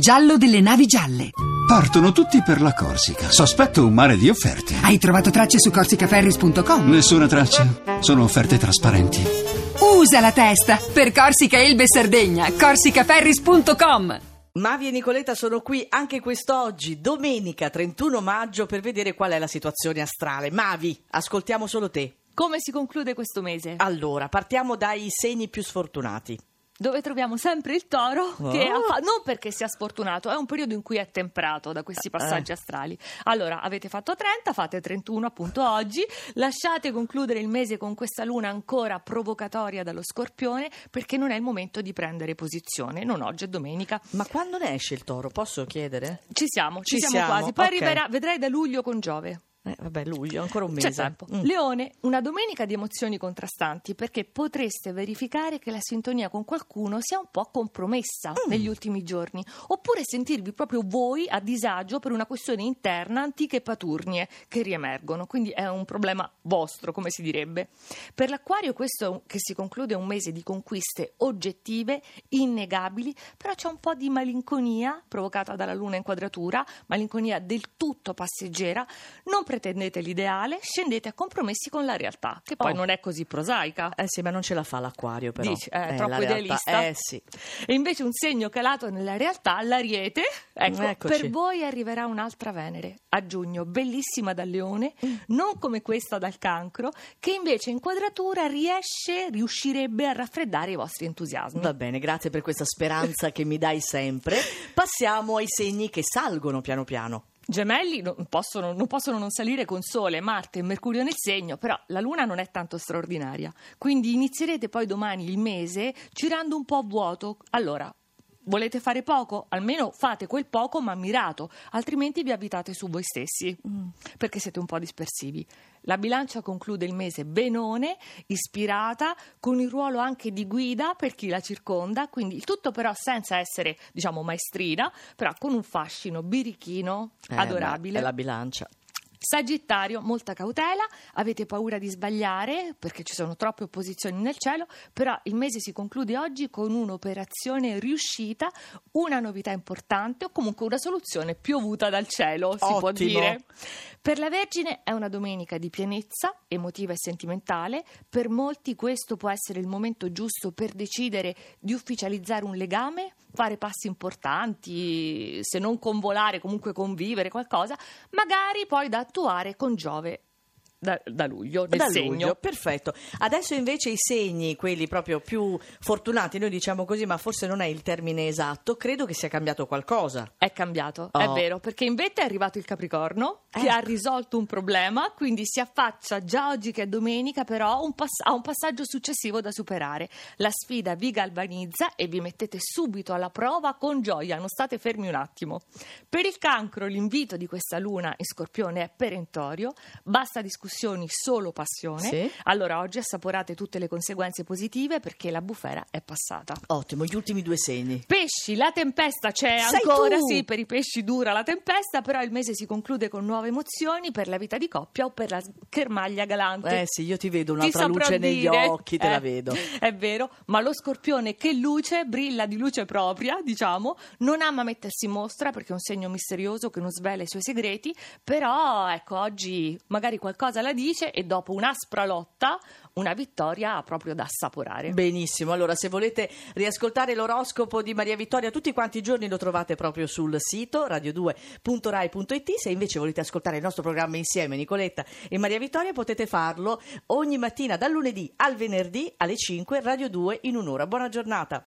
giallo delle navi gialle. Partono tutti per la Corsica. Sospetto un mare di offerte. Hai trovato tracce su corsicaferris.com? Nessuna traccia. Sono offerte trasparenti. Usa la testa per Corsica, Elbe e Sardegna. corsicaferris.com. Mavi e Nicoletta sono qui anche quest'oggi, domenica 31 maggio, per vedere qual è la situazione astrale. Mavi, ascoltiamo solo te. Come si conclude questo mese? Allora, partiamo dai segni più sfortunati. Dove troviamo sempre il Toro, che Oh. non perché sia sfortunato, è un periodo in cui è temprato da questi passaggi astrali. Allora, avete fatto 30, fate 31 appunto oggi, lasciate concludere il mese con questa luna ancora provocatoria dallo Scorpione, perché non è il momento di prendere posizione, non oggi è domenica. Ma quando ne esce il Toro, posso chiedere? Ci siamo Ci quasi, siamo, poi ok. arriverà, vedrai da luglio con Giove. Vabbè, luglio, ancora un mese. C'è tempo. Leone, una domenica di emozioni contrastanti, perché potreste verificare che la sintonia con qualcuno sia un po' compromessa negli ultimi giorni, oppure sentirvi proprio voi a disagio per una questione interna, antiche paturnie che riemergono, quindi è un problema vostro, come si direbbe. Per l'Acquario questo che si conclude è un mese di conquiste oggettive, innegabili, però c'è un po' di malinconia provocata dalla luna in quadratura, malinconia del tutto passeggera. Non pretendete l'ideale, scendete a compromessi con la realtà, che poi non è così prosaica. Sì, ma non ce la fa l'Acquario, però. Dici, è troppo la realtà. idealista. Sì. E invece un segno calato nella realtà, l'Ariete, Eccoci. per voi arriverà un'altra Venere a giugno, bellissima dal Leone, non come questa dal Cancro, che invece in quadratura riuscirebbe a raffreddare i vostri entusiasmi. Va bene, grazie per questa speranza che mi dai sempre. Passiamo ai segni che salgono piano piano. Gemelli non possono non salire con Sole, Marte e Mercurio nel segno, però la Luna non è tanto straordinaria, quindi inizierete poi domani il mese girando un po' a vuoto. Allora, volete fare poco? Almeno fate quel poco ma mirato, altrimenti vi abitate su voi stessi, perché siete un po' dispersivi. La Bilancia conclude il mese benone, ispirata, con il ruolo anche di guida per chi la circonda, quindi il tutto però senza essere, maestrina, però con un fascino birichino adorabile. È la Bilancia. Sagittario, molta cautela, avete paura di sbagliare perché ci sono troppe opposizioni nel cielo, però il mese si conclude oggi con un'operazione riuscita, una novità importante o comunque una soluzione piovuta dal cielo, si può dire. Per la Vergine è una domenica di pienezza emotiva e sentimentale, per molti questo può essere il momento giusto per decidere di ufficializzare un legame, fare passi importanti, se non convolare comunque convivere qualcosa, magari poi da attuare con Giove da luglio, nel segno. Luglio, perfetto. Adesso invece i segni, quelli proprio più fortunati, noi diciamo così, ma forse non è il termine esatto, credo che sia cambiato qualcosa. È cambiato, è vero, perché in vetta è arrivato il Capricorno, che ha risolto un problema, quindi si affaccia già oggi che è domenica, però ha un passaggio successivo da superare. La sfida vi galvanizza e vi mettete subito alla prova con gioia, non state fermi un attimo. Per il Cancro l'invito di questa luna in Scorpione è perentorio, basta discussioni, solo passione. Sì. Allora oggi assaporate tutte le conseguenze positive perché la bufera è passata. Ottimo, gli ultimi due segni. Pesci, la tempesta c'è Sei ancora, tu! sì, per i pesci dura la tempesta, però il mese si conclude con nuove emozioni per la vita di coppia o per la schermaglia galante. Sì, io ti vedo Ti un'altra saprò luce negli dire. occhi, te la vedo. È vero, ma lo Scorpione che luce, brilla di luce propria, non ama mettersi in mostra perché è un segno misterioso che non svela i suoi segreti, però ecco, oggi magari qualcosa la dice e dopo un'aspra lotta una vittoria proprio da assaporare. Benissimo, allora se volete riascoltare l'oroscopo di Maria Vittoria tutti quanti i giorni lo trovate proprio sul sito radio2.rai.it. Se invece volete ascoltare il nostro programma insieme, Nicoletta e Maria Vittoria, potete farlo ogni mattina dal lunedì al venerdì alle 5, Radio 2 in un'ora. Buona giornata.